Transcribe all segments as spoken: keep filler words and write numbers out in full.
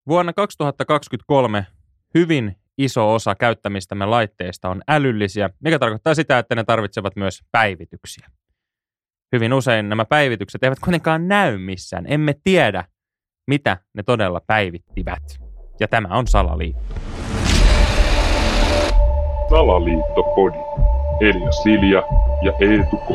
Vuonna kaksituhattakaksikymmentäkolme hyvin iso osa käyttämistämme laitteista on älyllisiä, mikä tarkoittaa sitä, että ne tarvitsevat myös päivityksiä. Hyvin usein nämä päivitykset eivät kuitenkaan näy missään. Emme tiedä, mitä ne todella päivittivät. Ja tämä on Salaliitto. Salaliittopodi. Elia Silja ja Eetu K.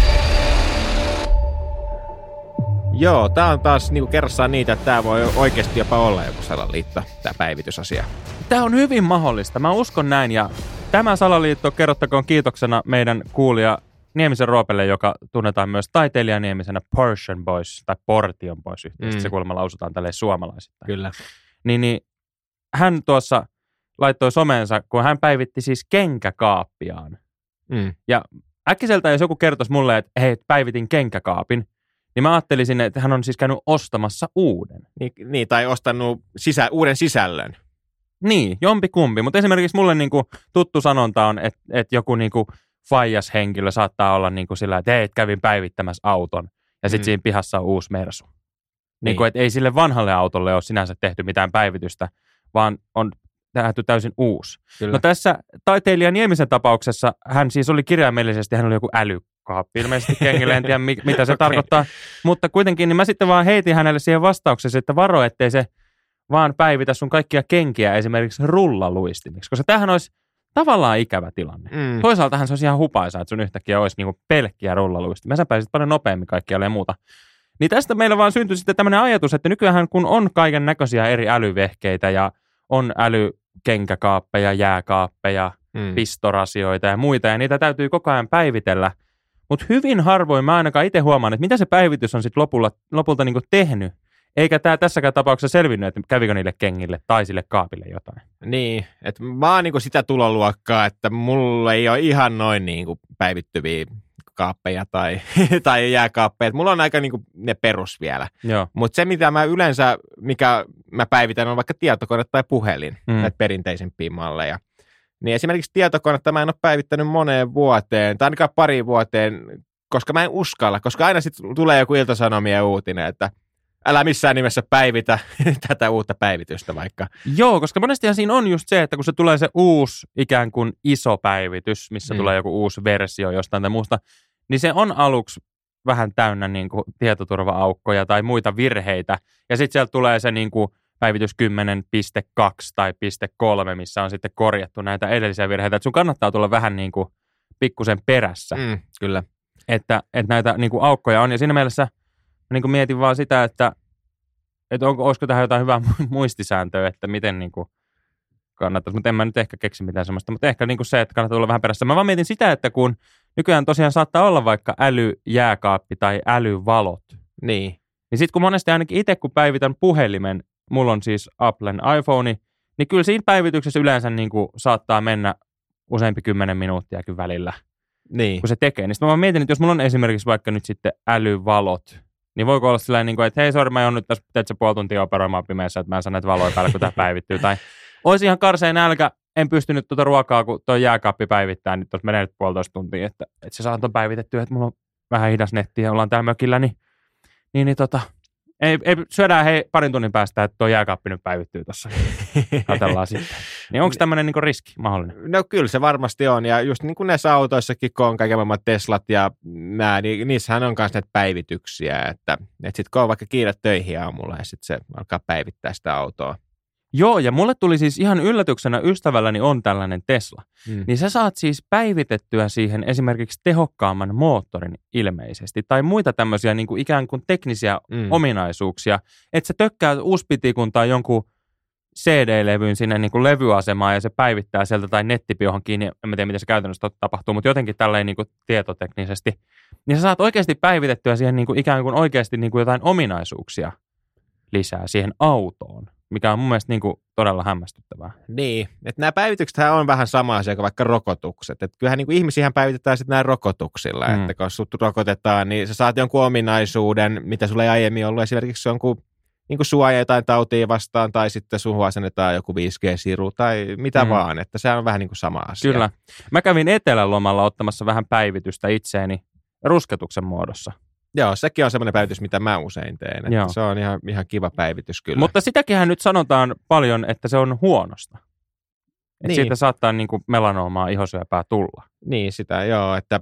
Joo, tää on taas niinku kerrassaan niitä, että tää voi oikeasti jopa olla joku salaliitto, tää päivitysasia. Tämä on hyvin mahdollista. Mä uskon näin. Ja tämä salaliitto kerrottakoon kiitoksena meidän kuulija Niemisen Roopelle, joka tunnetaan myös taiteilijaniemisenä Portion Boys tai Portion Boys yhteisesti. Mm. Se kuulemma lausutaan tälleen suomalaisittain. Kyllä. Niin, niin hän tuossa laittoi someensa, kun hän päivitti siis kenkäkaappiaan. Mm. Ja äkkiseltä, jos joku kertoisi mulle, että hei, päivitin kenkäkaapin, niin mä ajattelisin, että hän on siis käynyt ostamassa uuden. Niin, niin tai ostanut sisä, uuden sisällön. Niin, jompikumpi. Mutta esimerkiksi mulle niinku tuttu sanonta on, että, että joku niinku faijas henkilö saattaa olla niinku sillä, että hei, kävin päivittämässä auton ja sitten mm. siinä pihassa on uusi Mersu. Niin. Niinku, että ei sille vanhalle autolle ole sinänsä tehty mitään päivitystä, vaan on tehty täysin uusi. Kyllä. No tässä taiteilija Niemisen tapauksessa hän siis oli kirjaimellisesti, hän oli joku älykaappi ilmeisesti kengille, en tiedä mitä se okay. tarkoittaa. Mutta kuitenkin niin mä sitten vaan heitin hänelle siihen vastauksessa, että varo, ettei se vaan päivitä sun kaikkia kenkiä esimerkiksi rullaluistimiksi, koska tämähän olisi tavallaan ikävä tilanne. Mm. Toisaaltahan se olisi ihan hupaisaa, että sun yhtäkkiä olisi niinku pelkkiä rullaluistimia. Sä pääsit paljon nopeammin kaikkialle ja muuta. Niin tästä meillä vaan syntyi sitten tämmöinen ajatus, että nykyään kun on kaiken näköisiä eri älyvehkeitä ja on älykenkäkaappeja, jääkaappeja, mm. pistorasioita ja muita, ja niitä täytyy koko ajan päivitellä. Mutta hyvin harvoin mä ainakaan itse huomaan, että mitä se päivitys on sitten lopulta, lopulta niinku tehnyt. Eikä tämä tässäkään tapauksessa selvinnyt, että kävikö niille kengille tai sille kaapille jotain. Niin, että mä oon niinku sitä tuloluokkaa, että mulla ei ole ihan noin niinku päivittyviä kaappeja tai, tai jääkaappeja. Mulla on aika niinku ne perus vielä. Mutta se, mitä mä yleensä, mikä mä päivitän, on vaikka tietokone tai puhelin, mm. näitä perinteisempiä malleja. Niin esimerkiksi tietokonetta mä en ole päivittänyt moneen vuoteen, tai ainakaan pariin vuoteen, koska mä en uskalla, koska aina sitten tulee joku Ilta-Sanomien uutinen, että älä missään nimessä päivitä tätä uutta päivitystä vaikka. Joo, koska monestihan siinä on just se, että kun se tulee se uusi ikään kuin iso päivitys, missä mm. tulee joku uusi versio jostain tai muusta, niin se on aluksi vähän täynnä niin kuin tietoturva-aukkoja tai muita virheitä. Ja sitten sieltä tulee se niin kuin päivitys kymmenen piste kaksi tai piste kolme, missä on sitten korjattu näitä edellisiä virheitä. Et sun kannattaa tulla vähän niin kuin pikkusen perässä. Mm, kyllä. Että, että näitä niin kuin aukkoja on. Ja siinä mielessä niin kuin mietin vaan sitä, että, että onko, olisiko tähän jotain hyvää muistisääntöä, että miten niin kuin kannattaisi. Mutta en mä nyt ehkä keksi mitään sellaista. Mutta ehkä niin kuin se, että kannattaa tulla vähän perässä. Mä vaan mietin sitä, että kun nykyään tosiaan saattaa olla vaikka älyjääkaappi tai älyvalot. Niin. Niin sitten kun monesti ainakin itse kun päivitän puhelimen, mulla on siis Applen iPhone, niin kyllä siinä päivityksessä yleensä niin kuin saattaa mennä useampi kymmenen minuuttiakin välillä, niin. kun se tekee. Niin sitten mä mietin, että jos mulla on esimerkiksi vaikka nyt sitten älyvalot, niin voiko olla sellainen, että hei, sori, mä joudun nyt tässä teet se puoli tuntia operoimaan pimeässä, että mä en saa näitä valoja päällä, kun tämä päivittyy. Tai olisi ihan karseen nälkä, en pystynyt tuota ruokaa, kun tuo jääkaappi päivittää, niin tuossa menee nyt puolitoista tuntia, että, että se saa tuon päivitettyä, että mulla on vähän hidas netti ja ollaan täällä mökillä, niin, niin, niin tota, ei, ei, syödään hei parin tunnin päästä, että tuo jääkaappi nyt päivittyy tuossa. Ajatellaan sitten. Niin onko tämmöinen niinku riski mahdollinen? No kyllä se varmasti on, ja just niin kuin näissä autoissakin, kun on kaiken maailman Teslat ja nämä, niin niissähän on myös näitä päivityksiä, että, että sitten kun on vaikka kiire töihin aamulla, ja sitten se alkaa päivittää sitä autoa. Joo, ja mulle tuli siis ihan yllätyksenä, ystävälläni on tällainen Tesla. Mm. Niin sä saat siis päivitettyä siihen esimerkiksi tehokkaamman moottorin ilmeisesti, tai muita tämmöisiä niin kuin ikään kuin teknisiä mm. ominaisuuksia, että se tökkää uuspitiikun tai jonkun C D-levyyn sinne niin kuin levyasemaan, ja se päivittää sieltä tai nettipiohon kiinni, en tiedä miten se käytännössä tapahtuu, mutta jotenkin tälleen niin kuin tietoteknisesti. Niin sä saat oikeasti päivitettyä siihen niin kuin ikään kuin oikeasti niin kuin jotain ominaisuuksia lisää siihen autoon, mikä on mun mielestä niin kuin todella hämmästyttävää. Niin, että nämä päivityksethän on vähän sama asia kuin vaikka rokotukset. Että kyllähän niin kuin ihmisiähän päivitetään sitten näin rokotuksilla, mm. että kun sut rokotetaan, niin sä saat jonkun ominaisuuden, mitä sulla ei aiemmin ollut, esimerkiksi jonkun niin kuin suoja jotain tautia vastaan, tai sitten suhun asennetaan joku viisi G-siru tai mitä mm. vaan, että se on vähän niin kuin sama asia. Kyllä. Mä kävin etelälomalla ottamassa vähän päivitystä itseeni rusketuksen muodossa. Joo, sekin on semmoinen päivitys, mitä mä usein teen. Että se on ihan, ihan kiva päivitys kyllä. Mutta sitäkinhän nyt sanotaan paljon, että se on huonosta. Että niin. Siitä saattaa niin kuin melanoomaa, ihosyöpää tulla. Niin, sitä joo, että,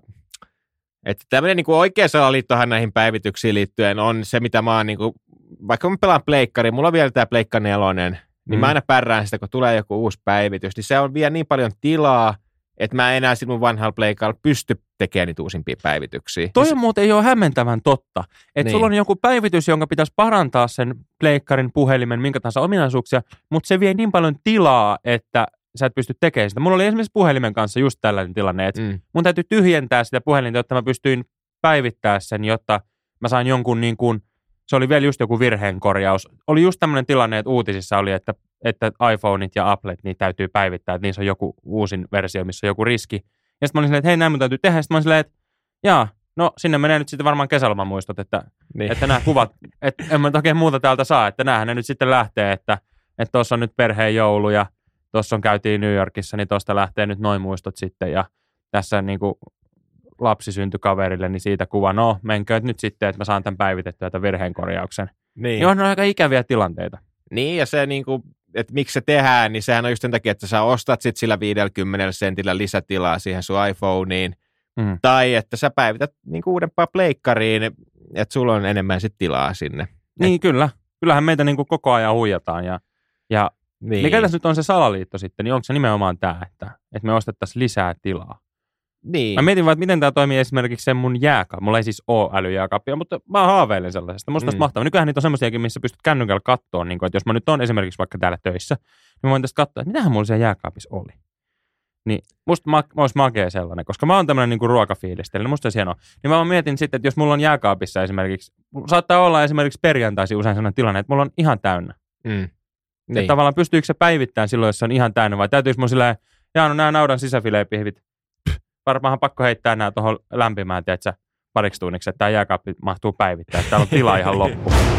että tämmöinen niin kuin oikea salaliittohan näihin päivityksiin liittyen on se, mitä mä oon, niin kuin, vaikka mä pelaan pleikkari, mulla on vielä tämä pleikka nelonen, niin mm. mä aina pärrään sitä, kun tulee joku uusi päivitys, niin se on vielä niin paljon tilaa, että mä enää sitten mun vanhalla pleikalla pysty tekemään niitä uusimpia päivityksiä. Toi on muuten jo hämmentävän totta, että niin. Sulla on joku päivitys, jonka pitäisi parantaa sen pleikkarin, puhelimen, minkä tahansa ominaisuuksia, mutta se vie niin paljon tilaa, että sä et pysty tekemään sitä. Mulla oli esimerkiksi puhelimen kanssa just tällainen tilanne, että mm. mun täytyy tyhjentää sitä puhelinta, jotta mä pystyin päivittää sen, jotta mä sain jonkun niin kuin, se oli vielä just joku virheenkorjaus. Oli just tämmöinen tilanne, että uutisissa oli, että, että iPhoneit ja Applet, niin täytyy päivittää, että niissä on joku uusin versio, missä on joku riski. Ja sitten mä olin silleen, että hei, näin mun täytyy tehdä. Sitten mä olin silleen, että jaa, no sinne menee nyt sitten varmaan kesälomamuistot, että, niin. että nämä kuvat, että en mä oikein muuta täältä saa, että näähän ne nyt sitten lähtee, että tuossa on nyt perheen joulu ja tuossa on käytiin New Yorkissa, niin tuosta lähtee nyt noin muistot sitten ja tässä niin kuin lapsi syntyi kaverille, niin siitä kuva, no menkööt nyt sitten, että mä saan tämän päivitettyä tämän virheenkorjauksen. Niin. Niin on aika ikäviä tilanteita. Niin ja se niin kuin, että miksi se tehdään, niin sehän on just sen takia, että sä ostat sitten sillä viidelläkymmenellä sentillä lisätilaa siihen sun iPhoneen, mm. tai että sä päivität niin kuin uudempaa pleikkariin, että sulla on enemmän sitten tilaa sinne. Niin Et... kyllä, kyllähän meitä niin kuin koko ajan huijataan ja, ja niin. Mikä tässä nyt on se salaliitto sitten, niin onko se nimenomaan tämä, että, että me ostettaisiin lisää tilaa? Niin. Mä mietin vaan, että miten tämä toimii esimerkiksi sen mun jääkaappi. Mulla ei siis ole älyjääkaappia, mutta mä haaveilen sellaisesta. Musta mm. mahtavaa. Nykyään niitä on semmoisiakin, missä pystyt kännykällä katsoa, niin kun, että jos mä nyt on esimerkiksi vaikka täällä töissä, niin mä voin tästä katsoa, että mitähän mulla siellä jääkaapissa oli. Niin musta ma- olisi makea sellainen, koska mä oon tämmöinen niin kuin ruokafiilistelijä, niin musta olisi hienoa. Niin mä mietin sitten, että jos mulla on jääkaapissa esimerkiksi, saattaa olla esimerkiksi perjantaisin usein sellainen tilanne, että mulla on ihan täynnä. Mm. Niin. Että tavallaan pystyykö se päivittämään silloin, jos se on ihan täynnä, vai täytyykö mun silleen, jaa no nämä naudan sisäfileipihvit, varmaan pakko heittää nämä tuohon lämpimään, tiedätkö, pariksi tunniksi, että tämä jääkaappi mahtuu päivittämään, että täällä on tila ihan loppu.